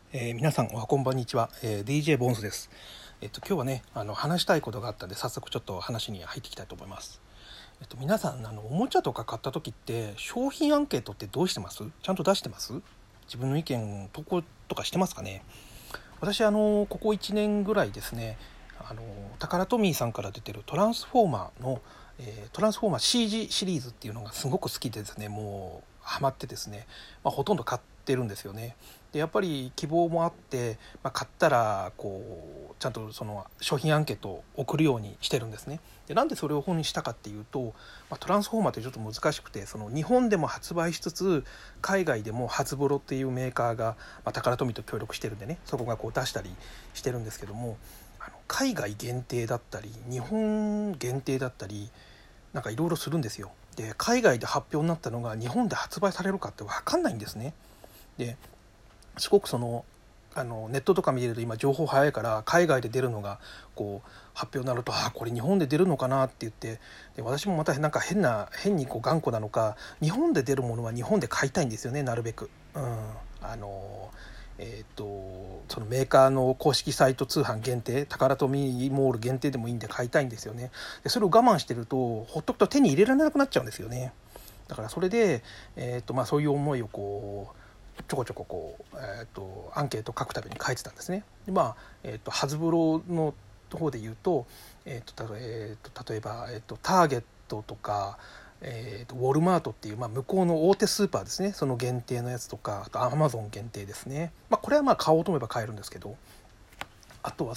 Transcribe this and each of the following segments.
皆さんおはこんばんにちは、DJ ボンズです。今日はね話したいことがあったんで早速ちょっと話に入っていきたいと思います。皆さんおもちゃとか買った時って商品アンケートってどうしてます？ちゃんと出してます？自分の意見投稿とかしてますかね？私ここ1年ぐらいですね、タカラトミーさんから出てるトランスフォーマーの、トランスフォーマー CG シリーズっていうのがすごく好きでですね、もうハマってですね、ほとんど買ってるんですよね。でやっぱり希望もあって、買ったらちゃんとその商品アンケートを送るようにしてるんですね。でなんでそれを本にしたかっていうと、トランスフォーマーってちょっと難しくて、その日本でも発売しつつ海外でもハズブロっていうメーカーが、タカラトミーと協力してるんでね、そこが出したりしてるんですけども、海外限定だったり日本限定だったりなんかいろいろするんですよ。で海外で発表になったのが日本で発売されるかって分かんないんですね。ですごくネットとか見てると今情報早いから海外で出るのが発表になると、これ日本で出るのかなって言って、で私もまたなんか変に頑固なのか、日本で出るものは日本で買いたいんですよね、なるべく。そのメーカーの公式サイト通販限定、タカラトミーモール限定でもいいんで買いたいんですよね。でそれを我慢してるとほっとくと手に入れられなくなっちゃうんですよね。だからそれで、そういう思いをちょこちょこアンケートを書くたびに書いてたんですね。でハズブロの方で言うと、例えば、ターゲットとか、ウォルマートっていう、向こうの大手スーパーですね、その限定のやつとか、あとアマゾン限定ですね、これは買おうと思えば買えるんですけど、あとは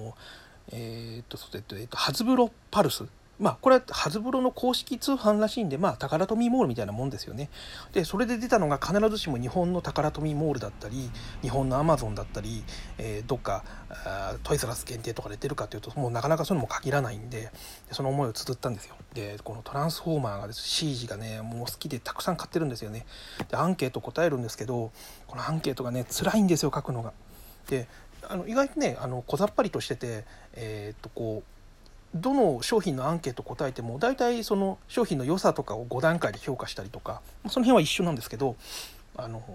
ハズブロパルス、これはハズブロの公式通販らしいんで、タカラトミーモールみたいなもんですよね。でそれで出たのが必ずしも日本のタカラトミーモールだったり日本のアマゾンだったり、どっかトイザらス限定とかで出るかというともうなかなかそういうのも限らないんで、その思いを綴ったんですよ。でこのトランスフォーマーがです CG がねもう好きでたくさん買ってるんですよね。でアンケート答えるんですけど、このアンケートがね辛いんですよ、書くのが。で意外とね小ざっぱりとしてて、どの商品のアンケート答えても大体その商品の良さとかを5段階で評価したりとか、その辺は一緒なんですけど、あの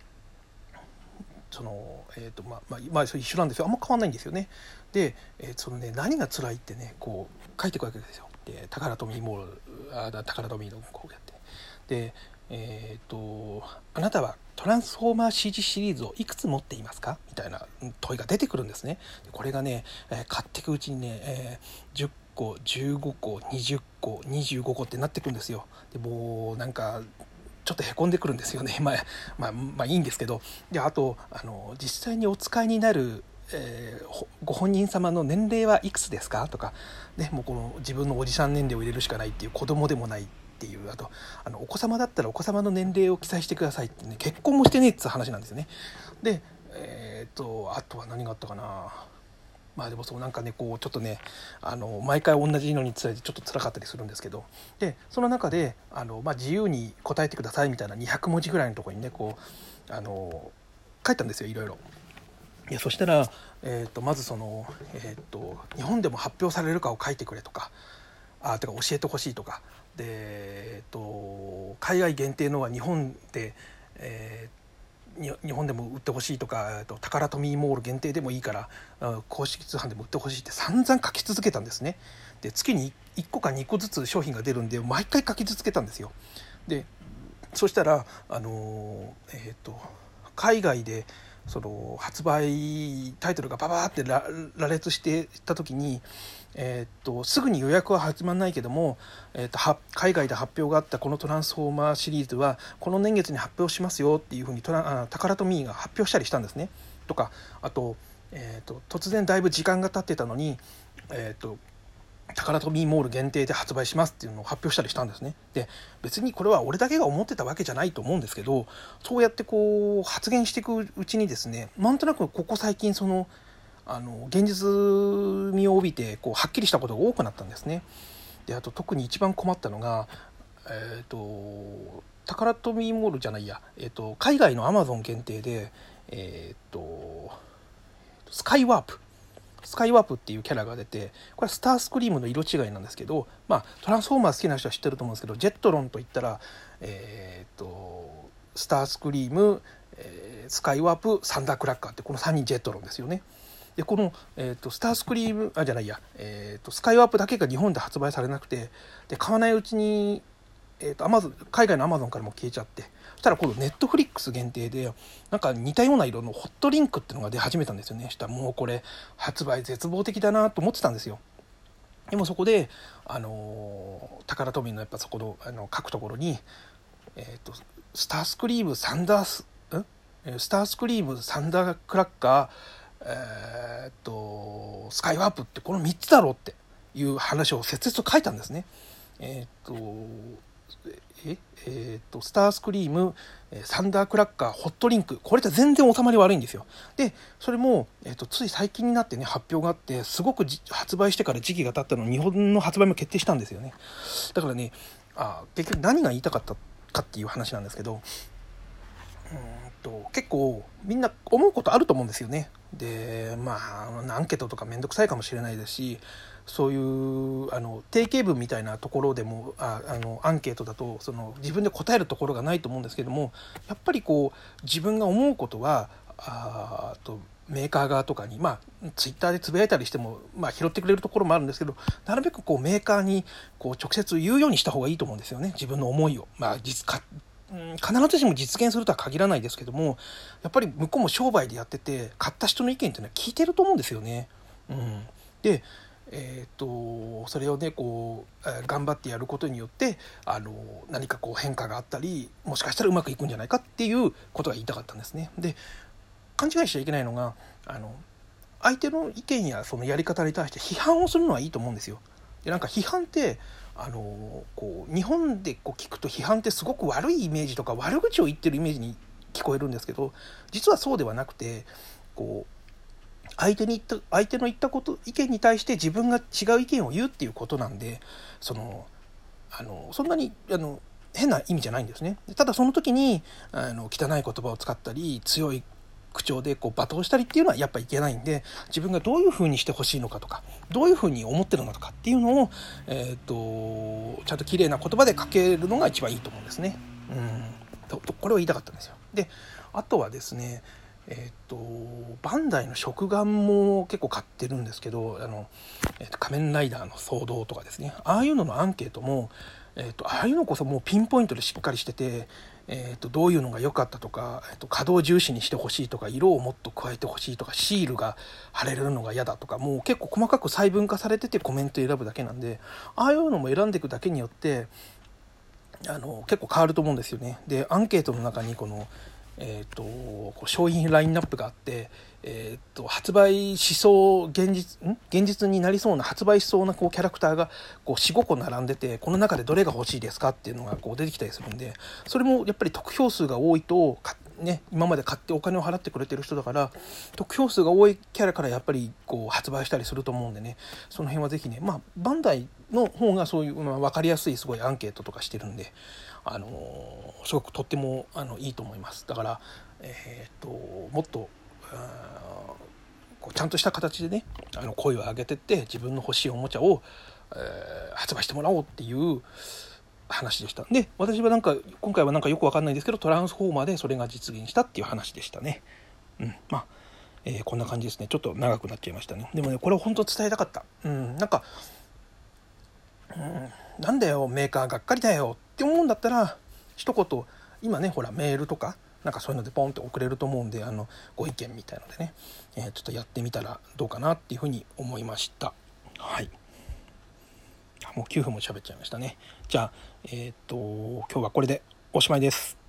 そのそれ一緒なんですよ。あんま変わんないんですよね。で、何が辛いってね書いていくわけですよ。でタカラトミーモールタカラトミーのやってであなたはトランスフォーマー CG シリーズをいくつ持っていますかみたいな問いが出てくるんですね。これがね、買っていくうちにね、10個15個20個25個ってなってくるんですよ。でもうなんかちょっとへこんでくるんですよね。いいんですけど、であと実際にお使いになるご本人様の年齢はいくつですかとか、ね、もうこの自分のおじさん年齢を入れるしかないっていう、子供でもないっていう、あとお子様だったらお子様の年齢を記載してくださいってね、結婚もしてねえって話なんですよね。であとは何があったかな。でもなんかねちょっとね毎回同じのにつられてちょっと辛かったりするんですけど、でその中で自由に答えてくださいみたいな200文字ぐらいのところにね書いたんですよ、いろいろ。そしたら、まず日本でも発表されるかを書いてくれとか、てか教えてほしいとかで、海外限定のは日本で、日本でも売ってほしいとか、タカラトミーモール限定でもいいから公式通販でも売ってほしいって散々書き続けたんですね。で月に1個か2個ずつ商品が出るんで毎回書き続けたんですよ。でそしたら海外でその発売タイトルがババーって羅列していった時に、すぐに予約は始まらないけども、海外で発表があったこのトランスフォーマーシリーズはこの年月に発表しますよっていうふうにタカラトミーが発表したりしたんですね。とかあと、突然だいぶ時間が経ってたのに、タカラトミーモール限定で発売しますっていうのを発表したりしたんですね。で別にこれは俺だけが思ってたわけじゃないと思うんですけど、そうやって発言していくうちにですね、なんとなくここ最近現実味を帯びてはっきりしたことが多くなったんですね。であと特に一番困ったのがタカラトミーモールじゃないや、海外のアマゾン限定でスカイワープっていうキャラが出て、これはスタースクリームの色違いなんですけど、トランスフォーマー好きな人は知ってると思うんですけど、ジェットロンといったら、スタースクリーム、 スカイワープ、サンダークラッカーってこの3人ジェットロンですよね。でこの、スタースクリームスカイワープだけが日本で発売されなくて、で買わないうちに、海外のアマゾンからも消えちゃって、そしたら今度ネットフリックス限定でなんか似たような色のホットリンクっていうのが出始めたんですよね。そしたらもうこれ発売絶望的だなと思ってたんですよ。でもそこで、タカラトミーのやっぱそこの、書くところに、スタースクリームサンダークラッカー、スカイワープってこの3つだろうっていう話を切々と書いたんですね。スタースクリーム、サンダークラッカー、ホットリンク、これって全然収まり悪いんですよ。でそれも、つい最近になってね発表があって、すごく発売してから時期が経ったの日本の発売も決定したんですよね。だからね、結局何が言いたかったかっていう話なんですけど、結構みんな思うことあると思うんですよね。でアンケートとかめんどくさいかもしれないですし、そういう定型文みたいなところでもアンケートだと自分で答えるところがないと思うんですけども、やっぱり自分が思うことはメーカー側とかにツイッターでつぶやいたりしても、拾ってくれるところもあるんですけど、なるべくメーカーに直接言うようにした方がいいと思うんですよね、自分の思いを。必ずしも実現するとは限らないですけども、やっぱり向こうも商売でやってて買った人の意見っていうのは聞いてると思うんですよね。でそれをね頑張ってやることによって何か変化があったり、もしかしたらうまくいくんじゃないかっていうことが言いたかったんですね。で勘違いしちゃいけないのが相手の意見やそのやり方に対して批判をするのはいいと思うんですよ。でなんか批判って日本で聞くと批判ってすごく悪いイメージとか悪口を言ってるイメージに聞こえるんですけど、実はそうではなくて相手の言った意見に対して自分が違う意見を言うっていうことなんで、そんなに変な意味じゃないんですね。ただその時に汚い言葉を使ったり強い口調で罵倒したりっていうのはやっぱいけないんで、自分がどういうふうにしてほしいのかとかどういうふうに思ってるのかっていうのを、ちゃんと綺麗な言葉で書けるのが一番いいと思うんですね。これを言いたかったんですよ。であとはですね、バンダイの食玩も結構買ってるんですけど、仮面ライダーの騒動とかですね、ああいうののアンケートも、ああいうのこそもうピンポイントでしっかりしてて、どういうのが良かったとか、可動重視にしてほしいとか、色をもっと加えてほしいとか、シールが貼れるのが嫌だとか、もう結構細かく細分化されててコメント選ぶだけなんで、ああいうのも選んでいくだけによって結構変わると思うんですよね。でアンケートの中に商品ラインナップがあって、発売しそう現実になりそうな発売しそうなキャラクターが4,5 個並んでて、この中でどれが欲しいですかっていうのが出てきたりするんで、それもやっぱり得票数が多いと今まで買ってお金を払ってくれてる人だから、得票数が多いキャラからやっぱり発売したりすると思うんでね、その辺はぜひね、バンダイの方がそういう、分かりやすいすごいアンケートとかしてるんで、すごくとってもいいと思います。だから、もっとちゃんとした形でね声を上げてって自分の欲しいおもちゃを、発売してもらおうっていう話でした。で私は今回はよくわかんないんですけど、トランスフォーマーでそれが実現したっていう話でしたね。こんな感じですね。ちょっと長くなっちゃいましたね。でもねこれを本当伝えたかった。なんだよメーカーがっかりだよって思うんだったら一言、今ねほらメールとかそういうのでポンって送れると思うんで、ご意見みたいのでね、ちょっとやってみたらどうかなっていうふうに思いました。はい、もう9分も喋っちゃいましたね。じゃあ今日はこれでおしまいです。